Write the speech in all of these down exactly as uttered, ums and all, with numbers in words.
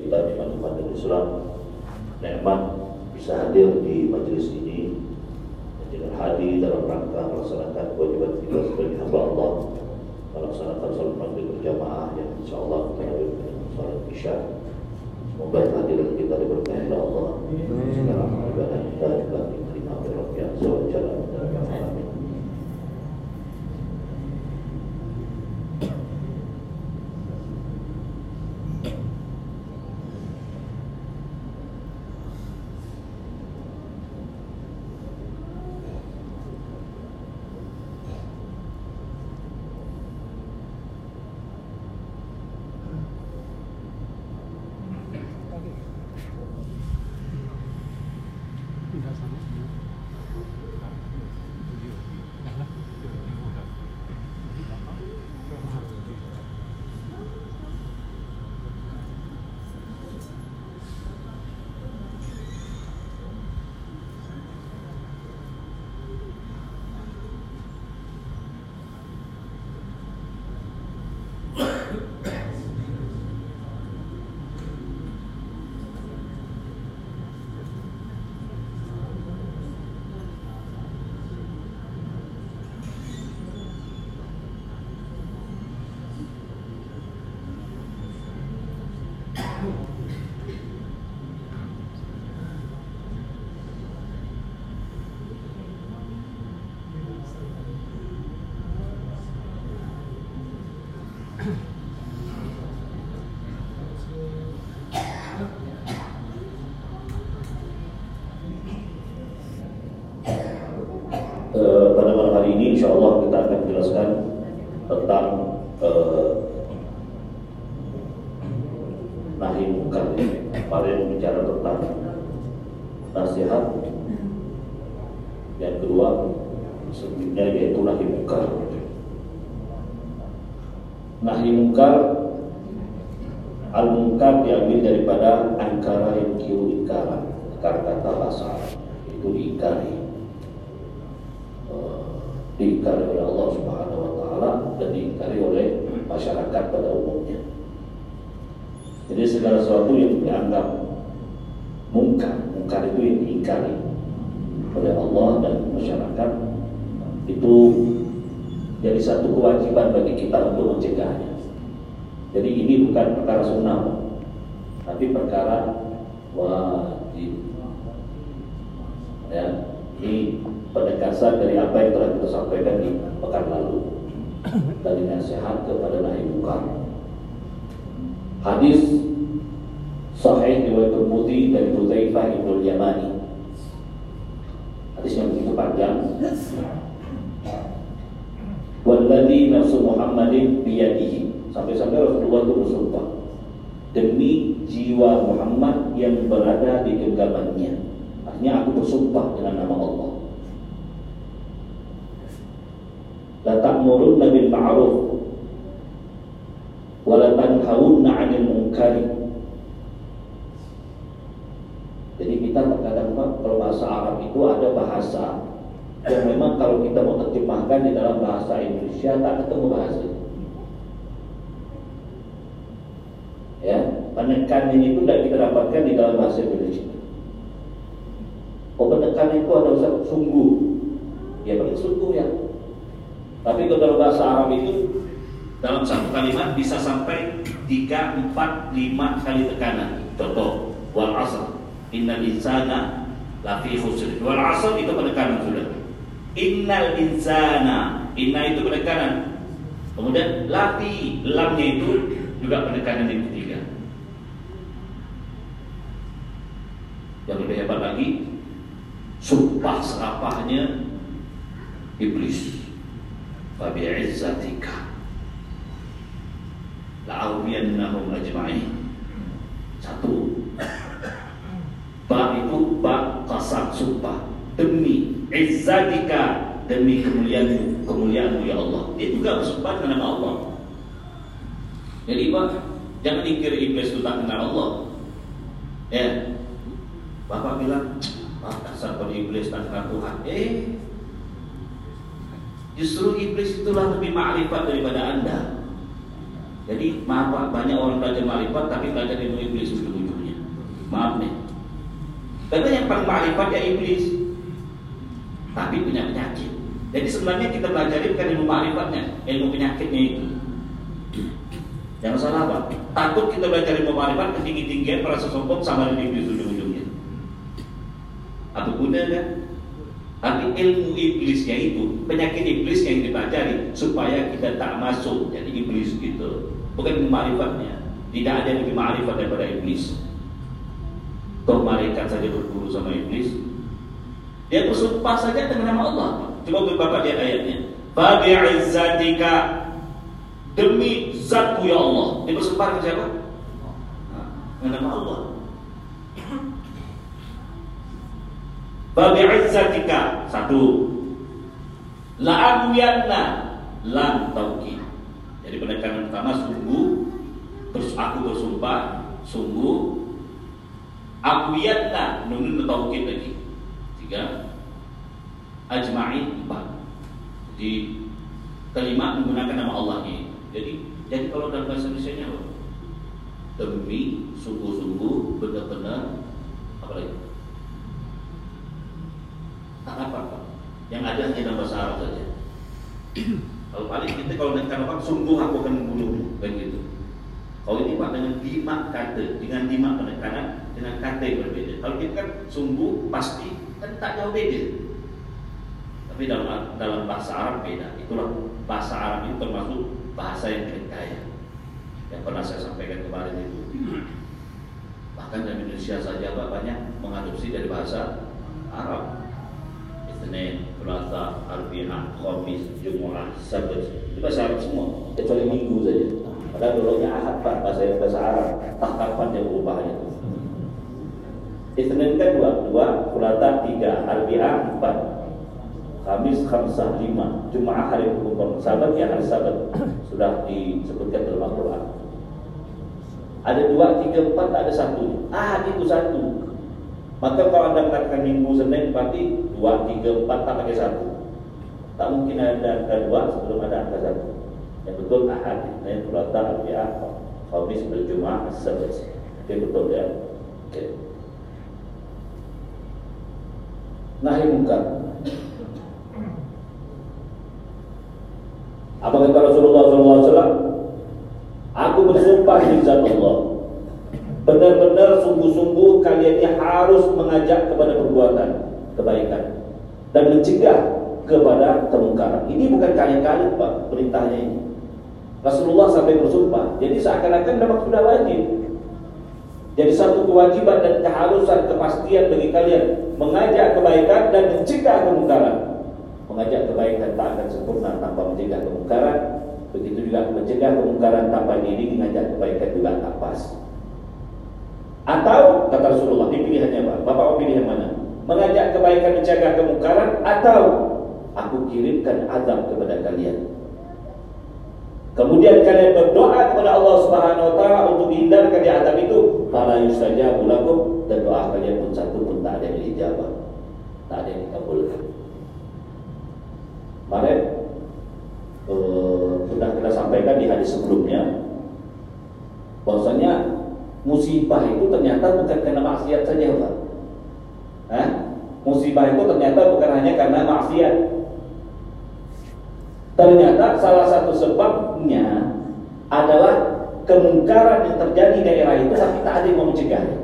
kita nikmat Islam, nikmat bisa hadir di majelis ini dengan hadir dalam rangka melaksanakan kewajiban kita sebagai hamba Allah, melaksanakan salat maghrib berjamaah yang insyaallah kita hadirkan salat isya. Semoga kehadiran kita diberkahi oleh Allah. Segala ibadah kita juga diterima oleh Rabb yang Subhanahu wa taala. Amin. Pada malam hari ini insya Allah kita akan menjelaskan tentang uh, nahi munkar. Kemarin bicara tentang nasihat, yang kedua sebenarnya yaitu nahi munkar. Nahi munkar, al munkar diambil daripada ankara yang kiu ingkaran, kata bahasa itu diingkari. Diingkari oleh Allah Subhanahu wa taala dan diingkari oleh masyarakat pada umumnya. Jadi segala sesuatu yang dianggap mungkar, mungkar itu yang diingkari oleh Allah dan masyarakat, itu jadi satu kewajiban bagi kita untuk mencegahnya. Jadi ini bukan perkara sunnah, tapi perkara wajib. Ya, ini penegasan dari apa yang telah kita sampaikan di pekan lalu, dari nasihat kepada nahi munkar. Hadis sahih riwayat Tirmidzi dari Hudzaifah bin Yamani. Hadisnya begitu panjang. Walladzi nafsu Muhammadin biyadihi, sampai-sampai Rasulullah itu bersumpah, demi jiwa Muhammad yang berada di genggamannya. Artinya aku bersumpah dengan nama Allah. La ta'murunna bil ma'ruf wa la tanhaunna 'anil munkari. Jadi kita terkadang Pak, kalau bahasa Arab itu ada bahasa yang memang kalau kita mau terjemahkan di dalam bahasa Indonesia tak ketemu bahasa itu. Ya, penekannya itu tidak kita dapatkan di dalam bahasa Indonesia. Oh, penekan itu ada usah sungguh, ya paling sungguh ya. Tapi kalau dalam bahasa Arab itu dalam satu kalimat bisa sampai tiga, empat, lima kali tekanan. Contoh, wal asr, innal insana lafi khusr. Wal asr itu penekanan sudah. Innal insana, inna itu penekanan. Kemudian lafi, lamnya itu juga penekanan yang ketiga. Yang lebih hebat lagi, sumpah serapahnya iblis. Fabi'izzatika la'awiyannahum ajma'in. Satu, ba itu ba qasam, sumpah, demi izzatika, demi kemuliaanmu, kemuliaanmu ya Allah. Dia juga bersumpah dengan nama Allah. Jadi Pak, jangan dikira iblis itu tak kenal Allah. Ya, Bapak bilang, ah, dasar pada iblis tak kenal Tuhan. Eh, justru iblis itulah lebih ma'rifat daripada Anda. Jadi maaf Pak, banyak orang belajar ma'rifat tapi belajar ilmu iblis ujung-ujungnya. Karena yang paling ma'rifat ya iblis, tapi punya penyakit. Jadi sebenarnya kita belajar bukan ilmu ma'rifatnya, ilmu penyakitnya itu. Jangan salah apa? Takut kita belajar ilmu ma'rifat ketinggi-tinggian merasa sombong sama dengan iblis ujung-ujungnya. Apa guna kan? Tapi ilmu iblisnya itu, penyakit iblis yang dipelajari supaya kita tak masuk jadi iblis gitu. Bukan ilmu ma'rifatnya. Tidak ada yang lebih ma'rifat daripada iblis. Toh malaikat saja berguru sama iblis. Dia bersumpah saja dengan nama Allah. Coba Bapak lihat ayatnya. Fa bi'izzatika, demi zatku ya Allah. Dia bersumpah dengan siapa? Dengan nama Allah. Fa bi'izzatika, satu. La'amuyanna, lam tauqid. Jadi penekanan pertama sungguh, terus aku bersumpah sungguh. Aqwiyatna, nunun tauqid lagi. Tiga. Ajma'in, empat. Jadi kelima menggunakan nama Allah ini. Jadi jadi kalau dalam bahasa Indonesia apa? Demi, sungguh-sungguh, benar-benar, apa lagi? Tak apa, Pak. Yang ada hanya dalam bahasa Arab saja. Kalau paling kita kalau menekan orang, sungguh aku akan membunuhmu, kan gitu. Kalau ini Pak dengan lima kata, dengan lima penekanan, dengan kata yang berbeda. Kalau kita kan sungguh, pasti, kan tak jauh beda. Tapi dalam dalam bahasa Arab beda. Itulah bahasa Arab itu termasuk bahasa yang paling kaya. Yang pernah saya sampaikan kemarin itu. Bahkan dalam Indonesia saja Pak banyak mengadopsi dari bahasa Arab. Isnin, Selasa, Arba'ah, Khamis, Jumat, Sabat. Itu bahasa Arab semua, kecuali Minggu saja. Padahal dulunya Ahad Pak, bahasa bahasa Arab. Tak kapan dia berubahnya. Isnin kan dua, dua, Selasa tiga, Arba'ah empat, Khamis khamsah lima, Jumat hari hukum, Sabat ya hari Sabat sudah disebutkan dalam Al-Quran. Ada dua, tiga, empat, tak ada satu. Ah, itu satu. Maka kalau anda mengatakan Minggu, Senin, berarti dua, tiga, empat tak pakai satu. Tak mungkin ada angka dua sebelum ada angka satu. Yang betul Ahad, Isnin, Selasa, Arba'ah, Khamis, Jumat, Sabat. Oke, betul ya. Oke. Nahi munkar. Apa kata Rasulullah shallallahu alaihi wasallam? Aku bersumpah di zat Allah, benar-benar sungguh-sungguh kalian ini harus mengajak kepada perbuatan kebaikan dan mencegah kepada kemungkaran. Ini bukan kali-kali Pak perintahnya ini. Rasulullah sampai bersumpah. Jadi seakan-akan memang sudah wajib. Jadi satu kewajiban dan keharusan kepastian bagi kalian mengajak kebaikan dan mencegah kemungkaran. Mengajak kebaikan tak akan sempurna tanpa mencegah kemungkaran. Begitu juga mencegah kemungkaran tanpa diri mengajak kebaikan juga tak pas. Atau kata Rasulullah, ini pilihannya Pak. Bapak mau pilih yang mana? Mengajak kebaikan mencegah kemungkaran atau aku kirimkan azab kepada kalian. Kemudian kalian berdoa kepada Allah Subhanahu wa taala untuk dihindarkan dari azab itu, fala yustajabu lakum, dan doa kalian pun satu pun tak ada yang dijawab. Tak ada yang dikabulkan. Kemarin uh, sudah kita sampaikan di hadis sebelumnya bahwasanya musibah itu ternyata bukan karena maksiat saja Pak. Hah? Musibah itu ternyata bukan hanya karena maksiat. Ternyata salah satu sebabnya adalah kemungkaran yang terjadi di daerah itu tapi tak ada yang mau mencegahnya.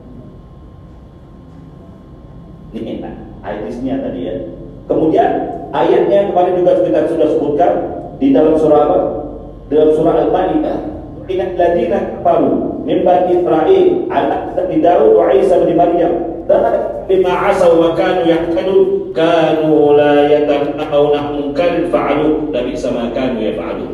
Ini enak ayatnya tadi ya. Kemudian ayatnya kemarin juga kita sudah sebutkan di dalam surah apa? Dalam surah Al-Maidah. Ingat ladina kafaru min bani Israil ala Nabi Daud wa Isa bin Maryam bima asaw wa kanu yaqtadun kanu la yatanahuna munkarin fa'alu la bi'sa ma kanu yaf'alun.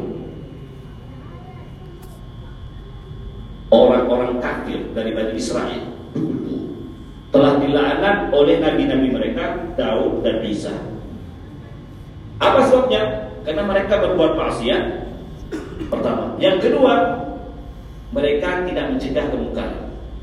Orang-orang kafir dari Bani Israel dulu telah dilaknat oleh nabi-nabi mereka Daud dan Isa. Apa sebabnya? Karena mereka berbuat maksiat. Pertama, yang kedua, mereka tidak mencegah kemungkaran.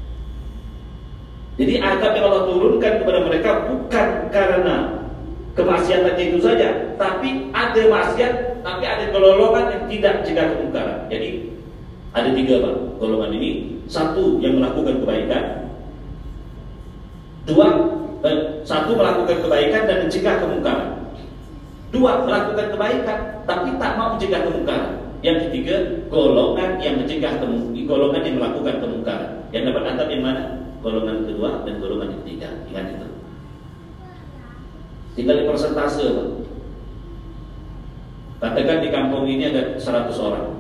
Jadi azab yang Allah turunkan kepada mereka bukan karena kemaksiatan itu saja, tapi ada maksiat, tapi ada golongan yang tidak mencegah kemungkaran. Jadi ada tiga Pak golongan ini. Satu yang melakukan kebaikan, Dua, eh, satu melakukan kebaikan dan mencegah kemungkaran. Dua, melakukan kebaikan tapi tak mau mencegah kemungkaran. Yang ketiga, golongan yang mencegah kemungkaran, golongan yang melakukan kemungkaran. Yang dapat antara yang mana? Golongan kedua dan golongan yang ketiga. Ingat itu. Tinggal di persentase, Pak. Katakan di kampung ini ada seratus orang.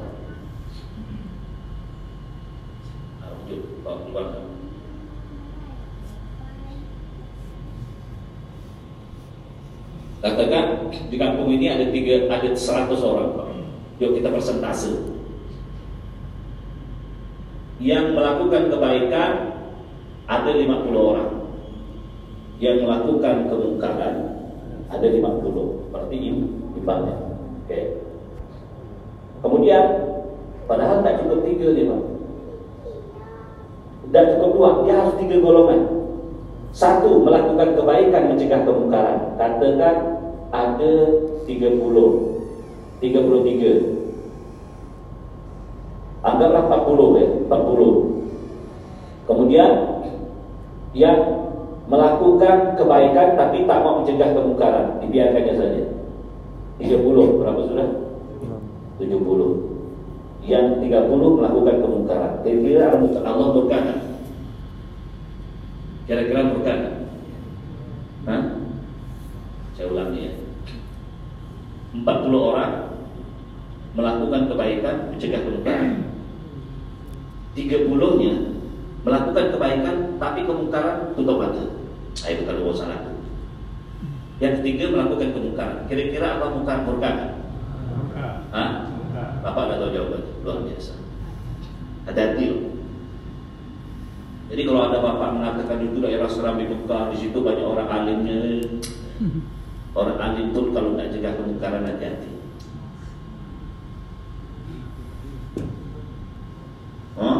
Katakan di kampung ini ada tiga, ada seratus orang, Pak. Yuk kita persentase. Yang melakukan kebaikan ada lima puluh orang. Yang melakukan kemungkaran ada lima puluh. Berarti imbangnya. Oke. Kemudian padahal tak cukup tiga dia, Pak. Dan cukup dua, dia harus tiga golongan. Satu, melakukan kebaikan mencegah kemungkaran. Katakan ada tiga puluh, tiga puluh tiga. Anggaplah empat puluh ya, empat puluh. Kemudian yang melakukan kebaikan tapi tak mau mencegah kemungkaran, dibiarkannya saja. tiga puluh, berapa sudah? tujuh puluh. Yang tiga puluh melakukan kemungkaran. Kira-kira Allah berkata, kira-kira berkata, Hah? Saya ulangi ya. empat puluh orang melakukan kebaikan mencegah kemungkaran. tiga puluh-nya melakukan kebaikan tapi kemungkaran tutup mata. Saya bukan luar salah. Yang ketiga melakukan kemungkaran. Kira-kira apa mungkar berkata? Hah? Bapak dah tahu jawabannya. Luar biasa. Hati-hati loh. Jadi kalau ada bapak mengatakan itu daerah Serambi Mekah, di situ banyak orang alimnya. Orang alim pun kalau tidak cegah kemungkaran, hati-hati. Huh?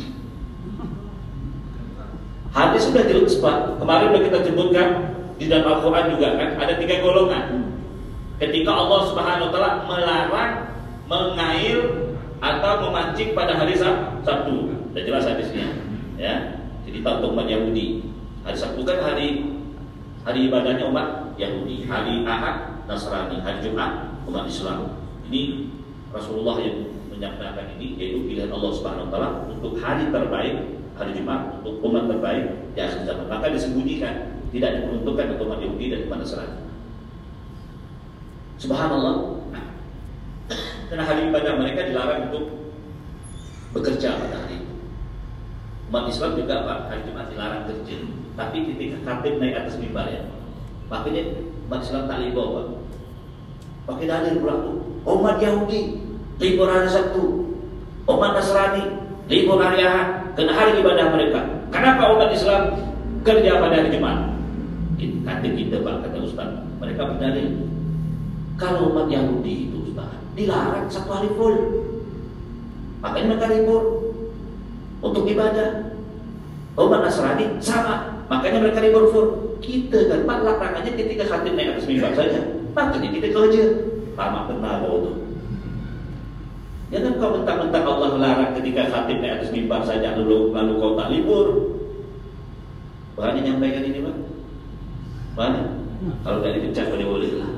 Hadis sudah jelas, Pak. Kemarin sudah kita sebutkan di dalam Al-Quran juga kan ada tiga golongan. Ketika Allah Subhanahu Wa Taala melarang mengail atau memancing pada hari Sabtu, sudah jelas hadisnya, ya. Jadi tahu umat Yahudi. Hari Sabtu kan hari hari ibadahnya umat Yahudi, hari Ahad Nasrani, hari Jumat umat Islam. Ini Rasulullah yang menyampaikan ini, yaitu pilihan Allah Subhanahu Wa Taala untuk hari terbaik, hari Jumat, untuk umat terbaik di akhir zaman. Maka disembunyikan, tidak diperuntukkan untuk umat Yahudi dan umat Nasrani. Subhanallah. Karena hari ibadah mereka dilarang untuk bekerja pada hari itu. Umat Islam juga Pak, hari Jumat dilarang kerja. Tapi ketika khatib naik atas mimbar ya, makanya umat Islam tak libur, Pak. Pakai dalil pula tuh. Umat Yahudi libur hari Sabtu, umat Nasrani libur hari Ahad, kena hari ibadah mereka. Kenapa umat Islam kerja pada hari Jumat? Kata kita Pak, kata Ustaz, mereka berdalil. Kalau umat Yahudi itu Ustaz dilarang satu hari full, makanya mereka libur untuk ibadah. Umat Nasrani sama, makanya mereka libur full. Kita kan Pak larangannya ketika khatib naik atas mimbar saja, makanya kita kerja. Lama benar itu. Jangan kau mentang-mentang Allah larang ketika khatib naik atas mimbar saja lalu lalu kau tak libur. Berani nyampaikan ini Pak? Berani? Kalau tak dipecat boleh boleh lah.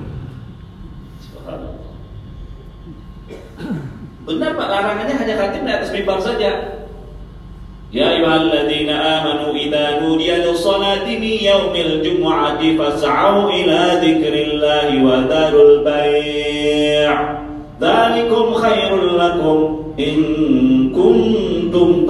Benar Pak, larangannya hanya khatib naik atas mimbar saja. Ya ayyuhalladzina amanu idza nudiya lis-salati min yaumil jumu'ati fas'au ila dzikrillahi wa dzarul bai'. Dzalikum khairul lakum in kuntum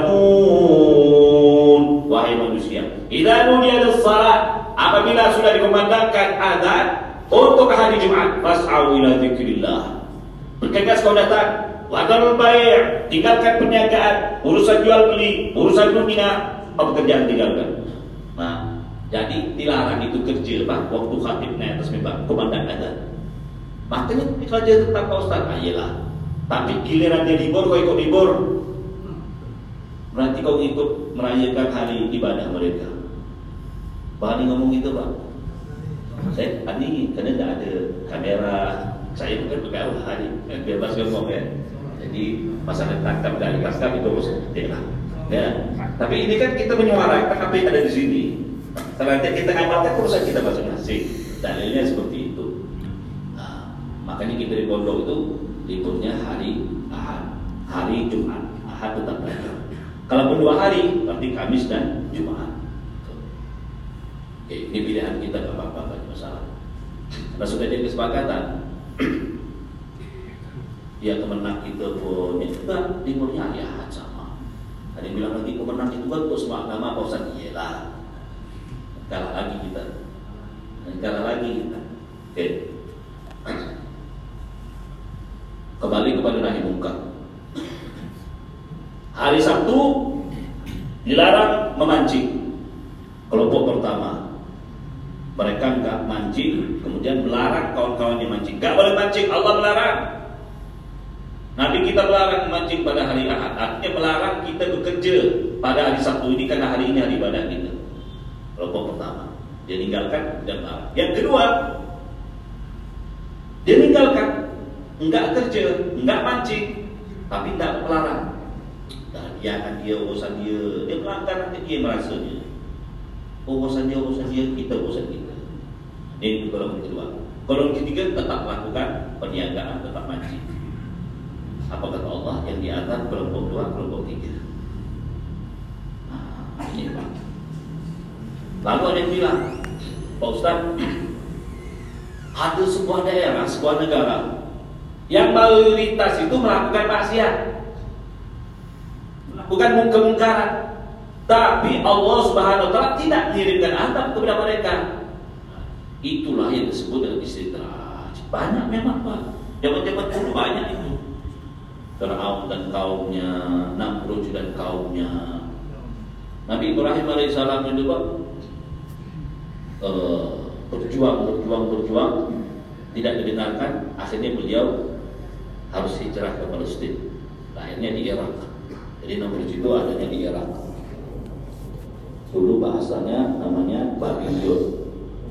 ta'lamun. Wahai manusia, idza nudiya lis-salat, apabila sudah dikumandangkan azan untuk hari Jumat, fas'au ila dzikrillah. Bergegas kau datang, wadal bai', tinggalkan perniagaan, urusan jual beli, urusan dunia, pekerjaan tinggalkan. Nah, jadi dilarang itu kerja Pak, waktu khatib naik atas mimbar, kumandang azan. Makanya kerja tetap Pak Ustaz, ah, iyalah. Tapi giliran dia libur, kau ikut libur, berarti kau ikut merayakan hari ibadah mereka. Berani ngomong itu Pak? Saya ini karena tidak ada kamera. Saya bukan pegawai hari, bebas ngomong ya. Jadi masalah tangkap dari tangkap itu harus tidak. Ya, tapi ini kan kita menyuarakan apa yang ada di sini. Selanjutnya kita ngamalkan urusan kita masing-masing. Dalilnya seperti itu. Nah, makanya kita di pondok itu liburnya hari Ahad, hari Jumat. Ahad tetap belajar. Kalaupun dua hari, berarti Kamis dan Jumat. Oke, ini pilihan kita, gak apa-apa, gak masalah. Karena sudah jadi kesepakatan. Ya kemenang kita pun, ya juga liburnya hari Ahad sama. Ada yang bilang lagi kemenang itu kan untuk semua agama, Pak Ustaz. Iyalah, kalah lagi kita, kalah lagi kita. Oke, kembali kepada nahi mungkar. Hari Sabtu dilarang memancing. Kelompok pertama, mereka enggak mancing, kemudian melarang kawan-kawan yang mancing. Enggak boleh mancing, Allah melarang. Nabi kita melarang memancing pada hari Ahad. Artinya melarang kita bekerja pada hari Sabtu ini karena hari ini hari ibadah kita. Kelompok pertama, dia ninggalkan dan melarang. Yang kedua, dia ninggalkan, enggak kerja, enggak mancing, tapi enggak melarang. Nah, dia akan dia urusan dia, dia melanggar nanti dia merasa dia. Urusan dia, urusan dia, kita urusan kita. Ini golongan kedua. Golongan ketiga tetap melakukan perniagaan, tetap mancing. Apa kata Allah yang di atas kelompok dua, kelompok tiga. Nah, ini Pak. Lalu ada yang bilang, Pak Ustaz, ada sebuah daerah, sebuah negara yang mayoritas itu melakukan maksiat, bukan kemungkaran, tapi Allah Subhanahu wa taala tidak mengirimkan azab kepada mereka. Itulah yang disebut dengan istidraj. Banyak memang Pak. Zaman-zaman dulu banyak itu. Fir'aun dan kaumnya, Namrud dan kaumnya. Nabi Ibrahim alaihissalam itu Pak, uh, berjuang, berjuang, berjuang, tidak didengarkan. Akhirnya beliau harus hijrah ke Palestina. Akhirnya di Irak. Jadi Namrud itu adanya di Irak. Dulu bahasanya namanya Babylon.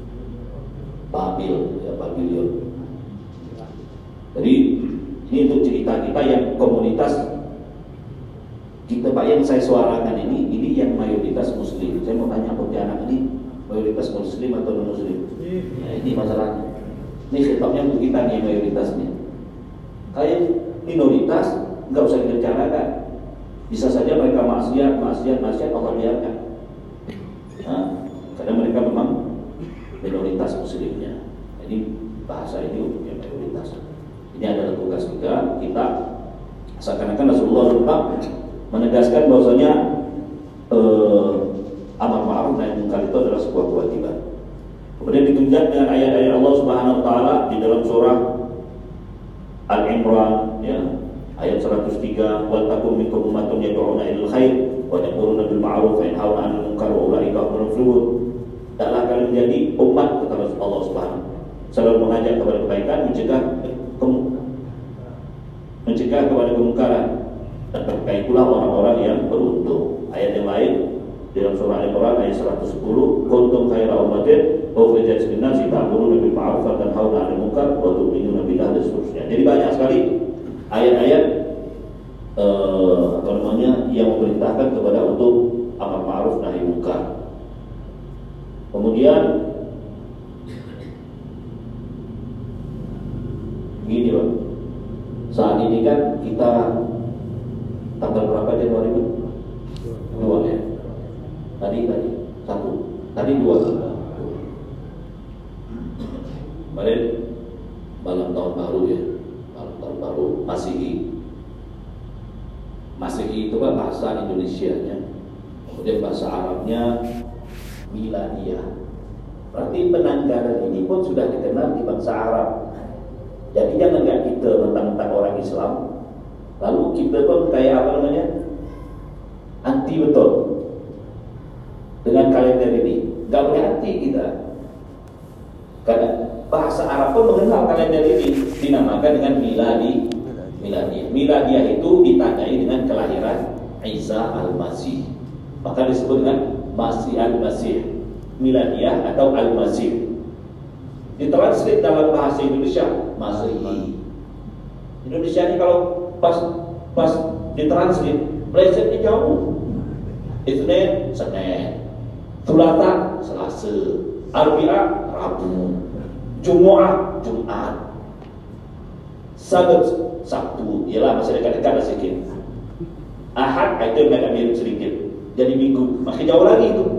Babil, ya Babylon. Jadi ini untuk cerita kita yang komunitas kita Pak yang saya suarakan ini, ini yang mayoritas Muslim. Saya mau tanya Pontianak ini mayoritas Muslim atau non Muslim? Ya, ini masalahnya. Ini sebabnya untuk kita nih mayoritasnya. Kayak minoritas nggak usah dibicarakan. Bisa saja mereka maksiat, maksiat, maksiat Allah biarkan. Nah, karena mereka memang minoritas Muslimnya. Ini bahasa ini untuk yang mayoritas. Ini adalah tugas kita. Kita seakan-akan Rasulullah lupa menegaskan bahwasanya eh, amar ma'ruf nahi munkar itu adalah sebuah kewajiban. Kemudian ditunjukkan dengan ayat-ayat Allah Subhanahu wa taala di dalam surah Al-Imran, ya, ayat seratus tiga, "Wal takum minkum ummatun yad'una ilal khair wa ya'muruna bil ma'ruf wa yanhauna 'anil munkar wa ulaika humul muflihun." Taklah kalian menjadi umat, kata Allah Subhanahu, selalu mengajak kepada kebaikan, mencegah mencegah kepada kemungkaran, dan mereka itulah orang-orang yang beruntung. Ayat yang lain di dalam surah Al-Imran ayat seratus sepuluh, "Kuntum khaira ummatin ukhrijat lin-nasi ta'muruna bil ma'ruf wa tanhauna 'anil munkar wa tu'minuna billah," dan seterusnya. Jadi banyak sekali ayat-ayat eh, apa namanya yang memerintahkan kepada untuk amar ma'ruf nahi munkar. Kemudian gini Pak, saat ini kan kita tanggal berapa Januari itu? Dua ya. Tadi tadi satu, tadi dua. Kemarin malam tahun baru ya, malam tahun baru Masehi. Masehi itu kan bahasa Indonesianya, kemudian bahasa Arabnya Miladiyah. Berarti penanggalan ini pun sudah dikenal di bangsa Arab. Jadi jangan nggak kita mentang-mentang orang Islam, lalu kita pun kayak apa namanya anti betul dengan kalender ini. Nggak boleh anti kita, karena bahasa Arab pun mengenal kalender ini, dinamakan dengan miladi. Miladiyah. Miladiyah itu ditandai dengan kelahiran Isa al-Masih, maka disebut dengan Masih al-Masih, Miladiyah atau al-Masih. Ditranslate dalam bahasa Indonesia Masehi. Indonesia ini kalau pas pas ditranslate, plesetnya jauh. Isnin, Senin, Selasa, Selasa, Arbi'a, Rabu, Jumu'ah, Jumat, Sabat, Sabtu. Ialah masih dekat-dekat sedikit. Ahad itu agak mirip sedikit. Jadi Minggu, makin jauh lagi itu.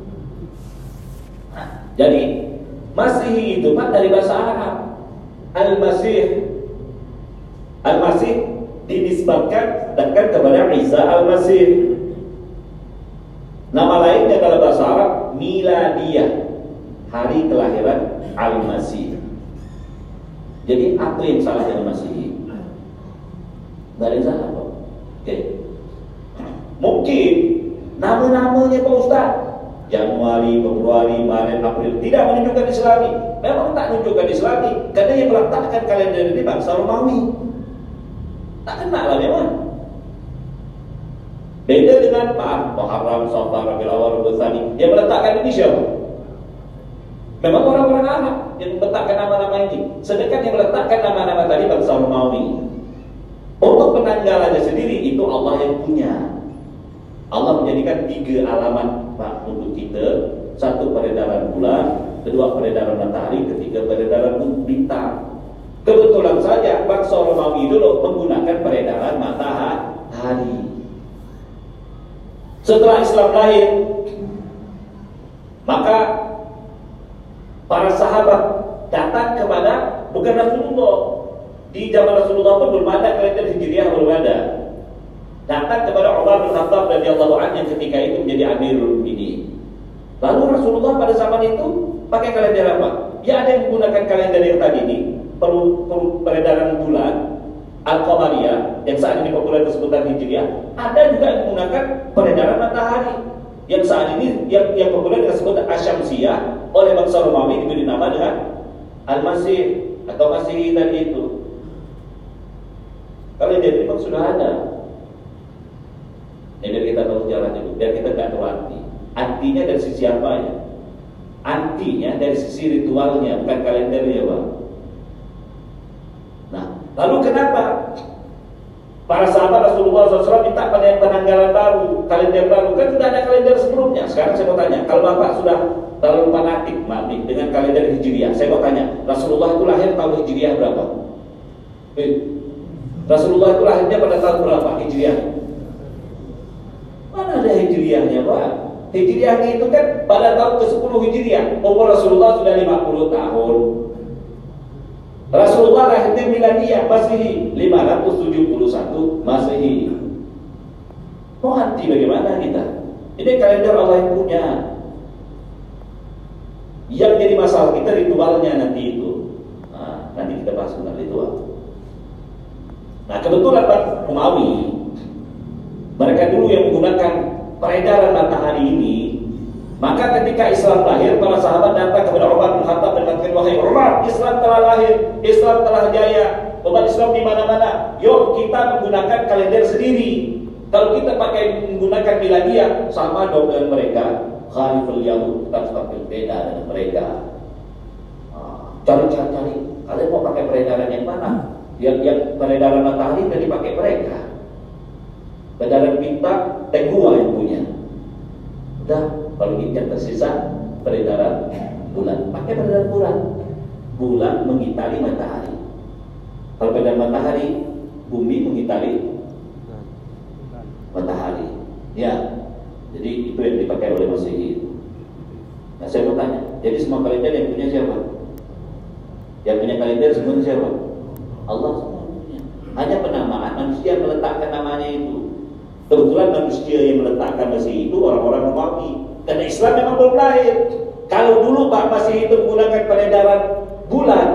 Nah, jadi Masihi itu mak dari bahasa Arab. Al-Masih, Al-Masih dinisbatkan dan kepada Isa Al-Masih. Nama lainnya dalam bahasa Arab Miladiyah, hari kelahiran Al-Masih. Jadi apa yang salah dengan Masih? Gak ada yang salah kok. Oke. Mungkin nama-namanya Pak Ustaz, Januari, Februari, Maret, April tidak menunjukkan Islami. Memang tak menunjukkan Islami karena yang meletakkan kalender ini bangsa Romawi. Tak kena lah memang. Beda dengan Pak Muharram, Safar, Rabiul Awwal, Rabiul Tsani. Yang meletakkan ini siapa? Memang orang-orang Arab yang meletakkan nama-nama ini. Sedangkan yang meletakkan nama-nama tadi bangsa Romawi. Untuk penanggalannya sendiri itu Allah yang punya. Allah menjadikan tiga alamat Pak untuk kita. Satu peredaran bulan, kedua peredaran matahari, ketiga peredaran bintang. Kebetulan saja bangsa Romawi dulu menggunakan peredaran matahari. Setelah Islam lahir, maka para sahabat datang kepada bukan Rasulullah. Di zaman Rasulullah pun belum ada kalender Hijriah, belum ada. Datang kepada Umar bin Khattab radhiyallahu anhu yang ketika itu menjadi Amirul Mukminin. Lalu Rasulullah pada zaman itu pakai kalender apa? Ya ada yang menggunakan kalender yang tadi ini, perlu, perlu peredaran bulan Al-Qamariyah yang saat ini populer disebutkan Hijriah. Ada juga yang menggunakan peredaran matahari yang saat ini yang, yang populer disebut Asyamsiyah oleh bangsa Romawi, diberi nama dengan Al-Masih atau Masih tadi itu. Kalender ini memang sudah ada. Ini kita tahu sejarahnya dulu, biar kita nggak tahu arti. Artinya dari sisi apa ya? Artinya dari sisi ritualnya, bukan kalendernya, Pak. Nah, lalu kenapa para sahabat Rasulullah shallallahu alaihi wasallam minta penanggalan baru, kalender baru? Kan sudah ada kalender sebelumnya. Sekarang saya mau tanya, kalau Bapak sudah terlalu fanatik mati dengan kalender Hijriah, saya mau tanya, Rasulullah itu lahir tahun Hijriah berapa? Eh, Rasulullah itu lahirnya pada tahun berapa Hijriah? Mana ada Hijriahnya, Pak? Hijriahnya itu kan pada tahun ke sepuluh Hijriah. Umur Rasulullah sudah lima puluh tahun. Rasulullah lahirnya Miladiyah Masehi lima ratus tujuh puluh satu Masehi. Mau hati bagaimana kita? Ini kalender Allah yang punya. Yang jadi masalah kita ritualnya nanti itu. Nah, nanti kita bahas tentang ritual. Nah, kebetulan Pak Umawi, mereka dulu yang menggunakan peredaran matahari ini. Maka ketika Islam lahir, para sahabat datang kepada Umar bin Khattab dan mengatakan, wahai Umar, Islam telah lahir, Islam telah jaya, umat Islam di mana-mana. Yuk kita menggunakan kalender sendiri. Kalau kita pakai menggunakan Miladiyah, sama dong dengan mereka. Khaliful Yahud, kita semakin beda dengan mereka. Cari-cari-cari, kalian mau pakai peredaran yang mana? Yang, yang peredaran matahari dan dipakai mereka. Peredaran bintang, Tengua yang punya. Udah, kalau yang tersisa peredaran bulan, pakai peredaran bulan. Bulan mengitari matahari. Kalau peredaran matahari, bumi mengitari matahari. Ya, jadi itu yang dipakai oleh Masehi. Nah, saya mau tanya, jadi semua kalender yang punya siapa? Yang punya kalender semuanya siapa? Allah semuanya. Hanya penamaan manusia meletakkan namanya itu. Kebetulan manusia yang meletakkan Masih itu orang-orang Romawi. Karena Islam memang belum lahir. Kalau dulu Pak Masih itu menggunakan peredaran bulan,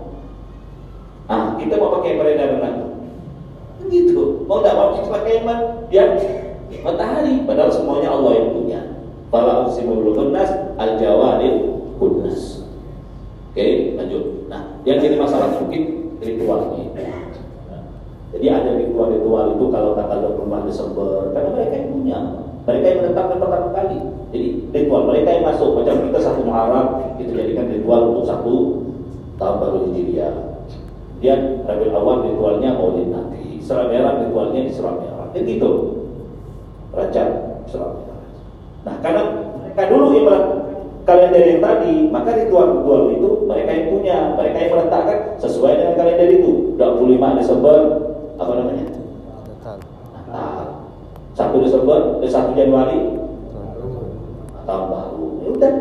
ah kita mau pakai peredaran apa? Begitu. Mau tidak mau kita pakai yang matahari. Padahal semuanya Allah yang punya. Fala uqsimu bil khunnas al-jawaril khunnas. Oke, lanjut. Nah, yang jadi masalah mungkin ritualnya. Jadi ada ritual-ritual itu kalau tanggal dua puluh empat Desember, karena mereka yang punya, mereka yang menetapkan pertama kali. Jadi ritual mereka yang masuk, macam kita satu Muharram, kita jadikan ritual untuk satu tahun baru Hijriah. Kemudian Rabiul Awwal ritualnya Maulid Nabi, Isra Mi'raj ritualnya Isra Mi'raj. Jadi itu Rajab, Isra Mi'raj. Nah, karena mereka dulu yang kalender yang tadi, maka ritual-ritual itu mereka yang punya, mereka yang meletakkan sesuai dengan kalender itu. dua puluh lima Desember apa namanya? Natal. satu Desember, satu Januari tahun baru. Ya udah.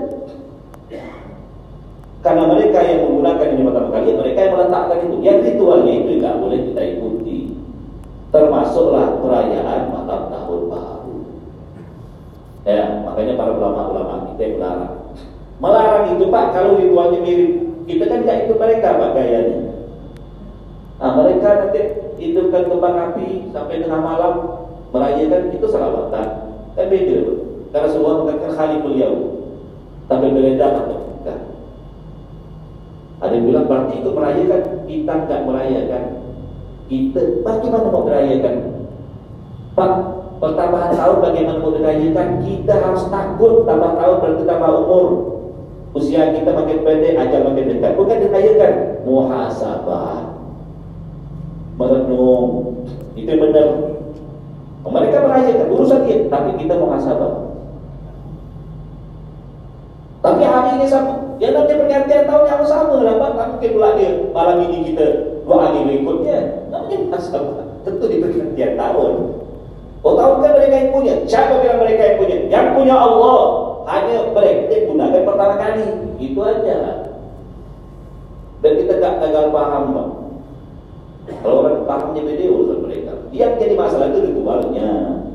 Karena mereka yang menggunakan ini pertama kali, mereka yang meletakkan itu. Yang ritualnya itu nggak boleh kita ikuti. Termasuklah perayaan malam tahun baru. Ya, makanya para ulama-ulama kita yang melarang. Melarang itu Pak, kalau ritualnya mirip, kita kan nggak ikut mereka Pak gayanya. Nah, mereka nanti hidupkan kembang api sampai tengah malam merayakan itu selawatan. Kan beda. Karena semua mengatakan khaliful yaum. Tapi berbeda atau bukan. Ada yang bilang berarti itu merayakan, kita nggak merayakan. Kita bagaimana mau merayakan? Pak, pertambahan tahun bagaimana mau merayakan? Kita harus takut tambah tahun berarti tambah umur. Usia kita makin pendek, ajal makin dekat. Bukan dirayakan, muhasabah, merenung. Itu yang benar. Mereka merayakan urusan dia, tapi kita muhasabah. Tapi hari ini sama, ya nanti pergantian tahun yang sama lah Pak. Tak mungkin pula dia malam ini kita dua hari berikutnya. Namanya muhasabah. Tentu di pergantian tahun. Oh, tahukah mereka yang punya? Siapa bilang mereka yang punya? Yang punya Allah. Hanya mereka gunakan pertama kali. Itu aja. Dan kita tak gagal paham Pak. Kalau orang pahamnya beda urusan mereka. Yang jadi masalah itu ritualnya.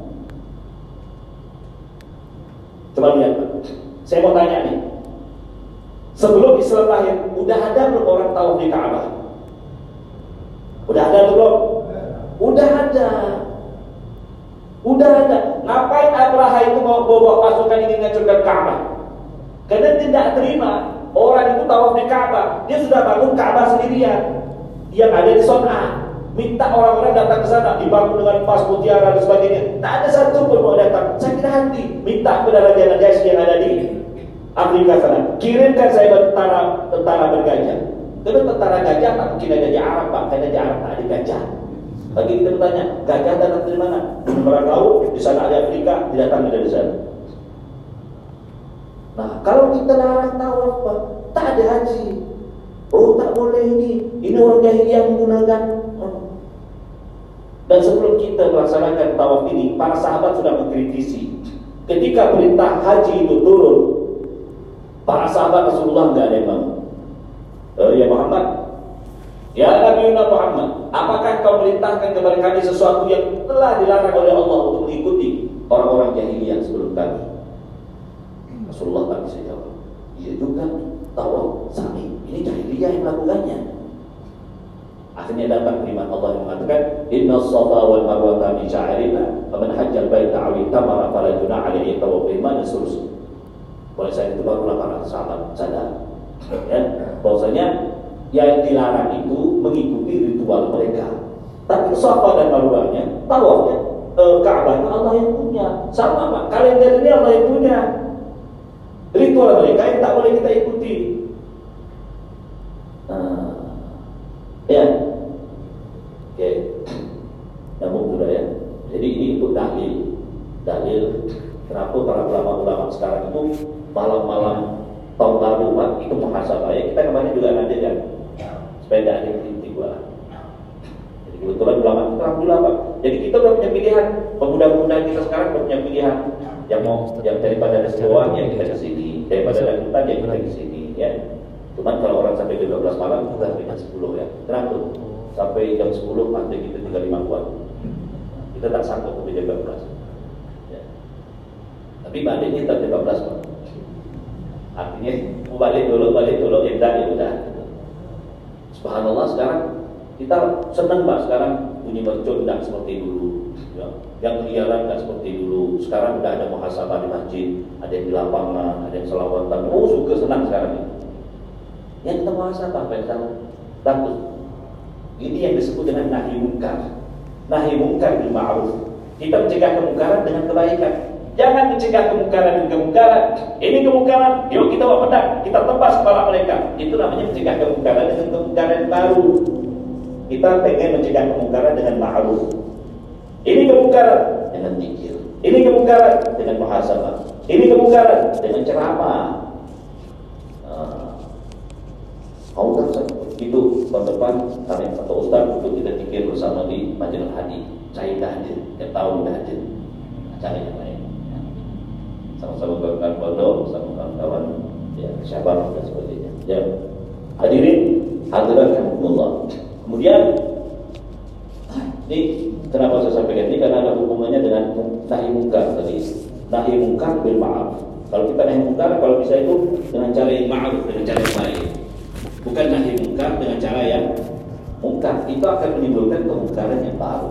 Coba lihat Pak. Saya mau tanya nih. Sebelum Islam lahir, udah ada belum orang tawaf di Ka'bah? Udah ada belum? Udah ada. Udah ada. Ngapain Abraha itu mau bawa pasukan ini menghancurkan Ka'bah? Karena tidak terima orang itu tawaf di Ka'bah. Dia sudah bangun Ka'bah sendirian yang ada di Son'a. Minta orang-orang datang ke sana, dibangun dengan emas, mutiara dan sebagainya. Tak ada satu pun mau datang. Saya kira hati minta kepada Raja Najasyi yang ada di Afrika sana, kirimkan saya tentara tentara bergajah. Karena tentara gajah tak mungkin ada di Arab Pak, karena di Arab tak ada gajah. Bagi kita bertanya, gajah datang dari mana? Orang tahu di sana ada Afrika, didatangkan dari sana. Nah, kalau kita larang tawaf Pak, tak ada haji. Oh, tak boleh ini. Ini orang jahiliyah menggunakan. Dan sebelum kita melaksanakan tawaf ini, para sahabat sudah mengkritisi. Ketika perintah haji itu turun, para sahabat Rasulullah enggak ada yang mau. Oh, ya Muhammad, ya Nabi Muhammad, apakah kau perintahkan kepada kami sesuatu yang telah dilarang oleh Allah untuk mengikuti orang-orang jahiliyah sebelum kami? Rasulullah tak bisa jawab. Iya juga, tawaf sa'i ini jahiliyah yang melakukannya. Akhirnya datang firman Allah yang mengatakan, Inna as-safa wal marwata min sya'irina, faman hajjal baita aw itamara fala junaha alayhi tawaf iman dan seterusnya. Oleh saat itu barulah para sahabat sadar, ya, bahwasanya yang dilarang itu mengikuti ritual mereka. Tapi safa dan marwahnya, tawafnya, e, Ka'bahnya Allah yang punya. Sama Pak, kalender ini Allah yang punya. Ritual mereka yang tak boleh kita ikuti. Nah, ya, oke, okay. Nyambung sudah ya. Jadi ini untuk dalil, dalil kenapa para ulama-ulama sekarang itu malam-malam tahun baru Pak itu muhasabah. Ya, kita kemarin juga nanti kan sepeda ada kritik lah. Jadi kebetulan ulama itu alhamdulillah Pak. Jadi kita udah punya pilihan. Pemuda-pemuda kita sekarang udah punya pilihan. Yang mau, yang daripada ada sebuah yang kita ke sini, daripada ada hutan yang kita ke sini, ya. Cuman kalau orang sampai jam dua belas malam kita sampai jam sepuluh ya. Kenapa? Sampai jam sepuluh pantai kita tinggal lima kuat. Kita tak sanggup sampai jam dua belas. Ya. Tapi balik kita jam dua belas Pak. Artinya mau balik dulu, balik dulu, ya udah, ya udah. Subhanallah sekarang kita senang Pak sekarang bunyi mercon tidak seperti dulu. Ya. Yang keliaran tidak seperti dulu. Sekarang udah ada muhasabah di masjid, ada yang di lapangan, ada yang selawatan. Oh suka senang sekarang ini. Yang kita muhasabah apa yang salah? Takut. Ini yang disebut dengan nahi mungkar. Nahi mungkar bil ma'ruf. Kita mencegah kemungkaran dengan kebaikan. Jangan mencegah kemungkaran dengan kemungkaran. Ini kemungkaran, yuk kita bawa pedang, kita tebas kepala mereka. Itu namanya mencegah kemungkaran dengan kemungkaran baru. Kita pengen mencegah kemungkaran dengan ma'ruf. Ini kemungkaran dengan zikir. Ini kemungkaran dengan muhasabah. Ini kemungkaran dengan ceramah. Mau tak itu tahun depan kami atau Ustaz untuk kita pikir bersama di majelis hadis. Saya dah hadir, tiap tahun dah hadir. Acara yang lain. Sama-sama kawan-kawan pondok, sama kawan-kawan ya syabab dan sebagainya. Ya. Hadirin, hadirat rahimakumullah. Kemudian ini kenapa saya sampaikan ini, karena ada hubungannya dengan nahi mungkar tadi. Nahi mungkar bil ma'ruf. Kalau kita nahi mungkar, kalau bisa itu dengan cara yang ma'ruf, dengan cara yang baik. Bukan nahi mungkar dengan cara yang mungkar. Itu akan menimbulkan kemungkaran yang baru.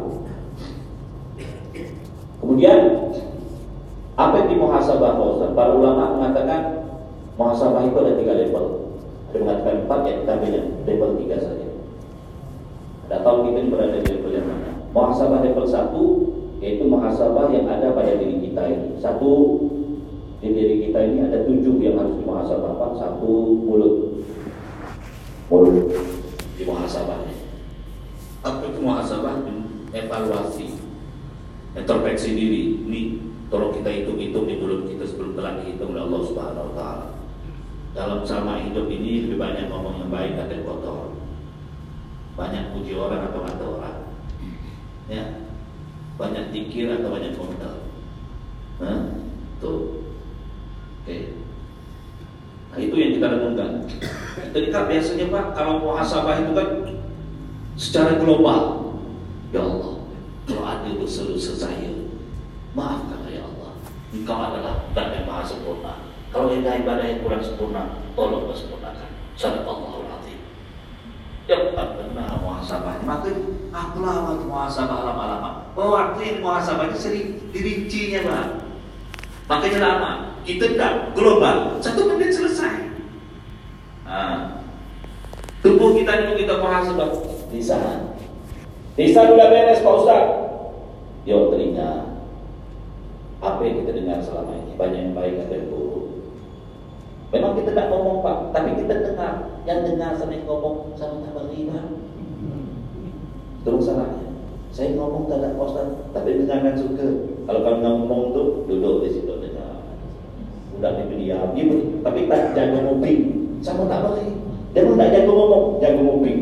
Kemudian apa yang dimuhasabah Pak Ustaz? Para ulama mengatakan muhasabah itu ada tiga level. Ada mengatakan empat, ya kita ambil level tiga saja. Ada tahu kita ini berada di level yang mana? Muhasabah level satu yaitu muhasabah yang ada pada diri kita ini. Satu, di diri kita ini ada tujuh yang harus dimuhasabah. Apa? Satu, mulut. Mulut dimuhasabahnya. Apa itu muhasabah? Evaluasi, introspeksi diri. Ini tolong kita hitung-hitung di mulut kita sebelum telah dihitung oleh Allah Subhanahu Wa Taala. Dalam sama hidup ini lebih banyak ngomong yang baik atau yang kotor, banyak puji orang atau kata orang, ya, banyak zikir atau banyak komentar. Nah, tuh, oke. Nah, itu yang kita renungkan. Ketika biasanya Pak, kalau muhasabah itu kan secara global, ya Allah, kalau ada dosa-dosa saya, maafkan ya Allah. Engkau adalah Dan yang maha sempurna. Kalau ada ibadah yang kurang sempurna, tolong sempurnakan. Sadaqallahul azim. Ya benar muhasabah. Maka apalah waktu muhasabah lama-lama. Oh, waktu yang muhasabah itu sering dirincinya Pak. Makanya lama. Kita tak global. Satu menit selesai. Nah, tubuh kita ini kita muhasabah. Lisan. Lisan udah beres Pak Ustaz. Yo telinga. Apa yang kita dengar selama ini, banyak yang baik atau yang buruk. Memang kita tak ngomong Pak, tapi kita dengar. Yang dengar sama yang ngomong sama tak beriman. Terus salahnya, saya ngomong tak ada Ustaz, tapi dengarkan suka. Kalau kamu ngomong tu, duduk di situ dengar. Udah ni diam, dia tapi tak jaga nguping, sama tak beri. Dia pun tak jaga ngomong, jaga nguping.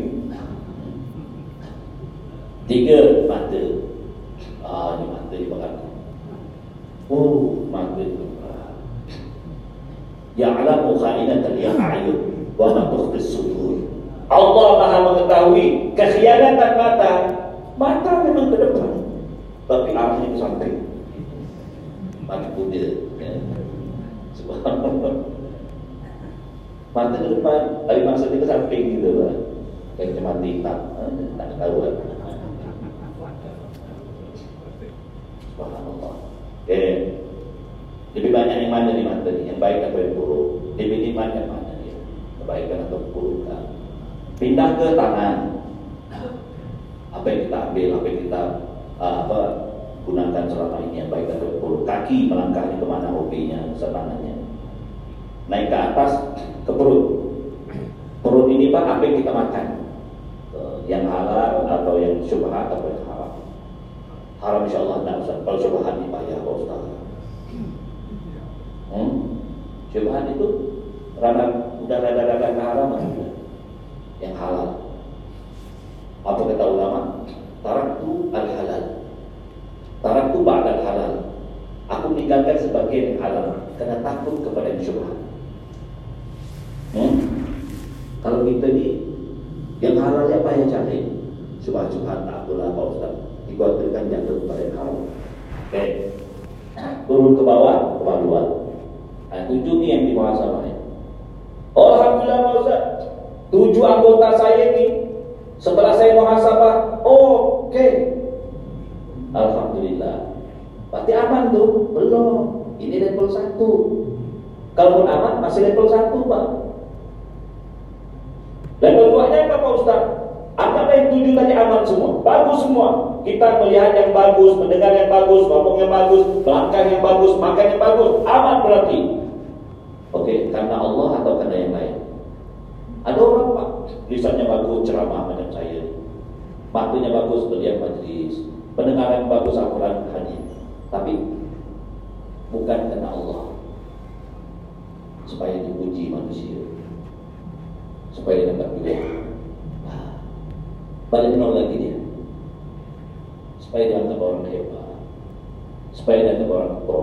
Tiga, mata. Ah, ni mata di belakang. Oh, mata itu. Ya'lamu kha'inatal a'yun wa ma tukhfi as-sudur. Allah Maha mengetahui kekhianatan mata. Mata memang ke depan, tapi arahnya ke samping. Mata kuda. Ya. Subhanallah. Mata ke depan, tapi maksudnya ke samping gitu lah. Kayak cuma hitam, tak tahu kan. Subhanallah. Eh, lebih banyak yang mana di mata ni, yang baik atau yang buruk? Lebih banyak yang mana ya? Kebaikan atau keburukan? Pindah ke tangan. Apa yang kita ambil, apa yang kita uh, apa gunakan selama ini, yang baik atau yang buruk? Kaki melangkahnya kemana hobinya, setangannya. Naik ke atas ke perut. Perut ini Pak, apa yang kita makan? Uh, yang halal atau yang syubhat atau yang haram? Haram insyaAllah tidak usah. Kalau syubhat dibayar Pak Ustaz. Hmm? Syubhat itu rada udah rada-rada keharaman yang halal. Apa kata ulama? Taraktu al-halal. Taraktu ba'dal halal. Aku meninggalkan sebagian yang halal karena takut kepada syubhat. Hmm? Kalau kita ni yang halal apa yang cari? Syubhat-syubhat tak apalah Pak Ustaz. Dikhawatirkan jatuh kepada yang haram. Oke. Turun ke bawah, ke bawah. Nah, tujuh ni yang dimuhasabah. Alhamdulillah Pak Ustaz, tujuh anggota saya ni setelah saya muhasabah, oh, oke, okay. Alhamdulillah. Berarti aman tu? Belum. Ini level satu. Kalau pun aman, masih level satu Pak. Level dua nya apa Pak Ustaz? Apakah yang tujuh tadi aman semua? Bagus semua. Kita melihat yang bagus, mendengar yang bagus, ngomong yang bagus, melangkah yang bagus, makan yang bagus, aman berarti. Oke, karena Allah atau karena yang lain? Ada orang Pak, lisannya bagus, ceramah macam saya, matanya bagus, beliau majlis, pendengaran bagus, Al-Quran hadis, tapi bukan karena Allah. supaya dipuji manusia, supaya dapat duit. Nah, balik nol lagi dia, supaya dianggap orang hebat, supaya dianggap orang pro.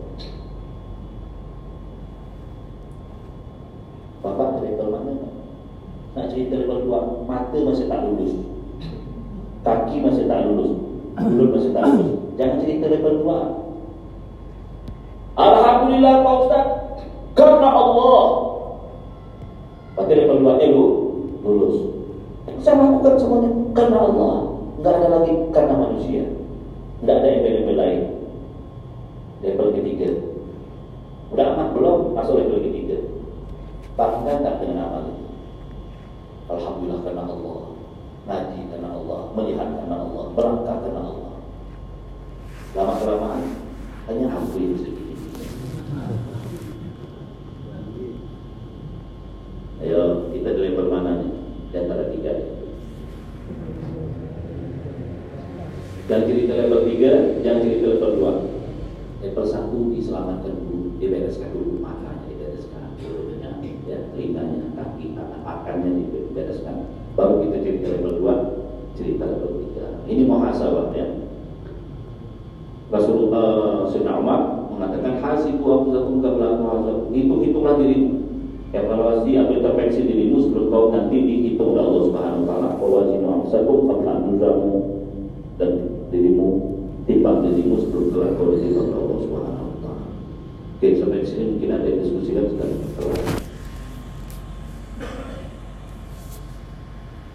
Bapak level mana? Nak cerita level dua, mata masih tak lulus, kaki masih tak lulus, mulut masih tak lulus. Jangan cerita level dua. Alhamdulillah Pak Ustaz, karena Allah. Berarti level dua nya lu lulus. Saya lakukan semuanya karena Allah. Enggak ada lagi karena manusia. Enggak ada level-level lain. Level ketiga. Udah amat belum masuk level ketiga? Bangga tak dengan amal itu? Alhamdulillah karena Allah. Ngaji karena Allah, melihat karena Allah, berangkat karena Allah. Lama-kelamaan hanya alhamdulillah sedikit. Ayo kita di level mana nih? Di antara tiga. Jangan cerita level tiga, jangan cerita level dua. Level satu diselamatkan dulu, dibereskan dulu, matanya dibereskan, kulitnya, ya, telinganya, kaki, akannya dibereskan. Baru kita cerita level dua, cerita level tiga. Ini muhasabah ya. Rasulullah Sayyidina Umar mengatakan hasibu anfusakum qabla an tuhasabu. Hitung-hitunglah dirimu, evaluasi atau introspeksi dirimu sebelum kau nanti dihitung oleh Allah Subhanahu wa taala. Wazinu anfusakum qabla an tuzamu, dan dirimu timbang dirimu sebelum telah kau ditimbang oleh Allah Subhanahu wa taala. Oke, sampai di sini mungkin ada diskusi kan sudah.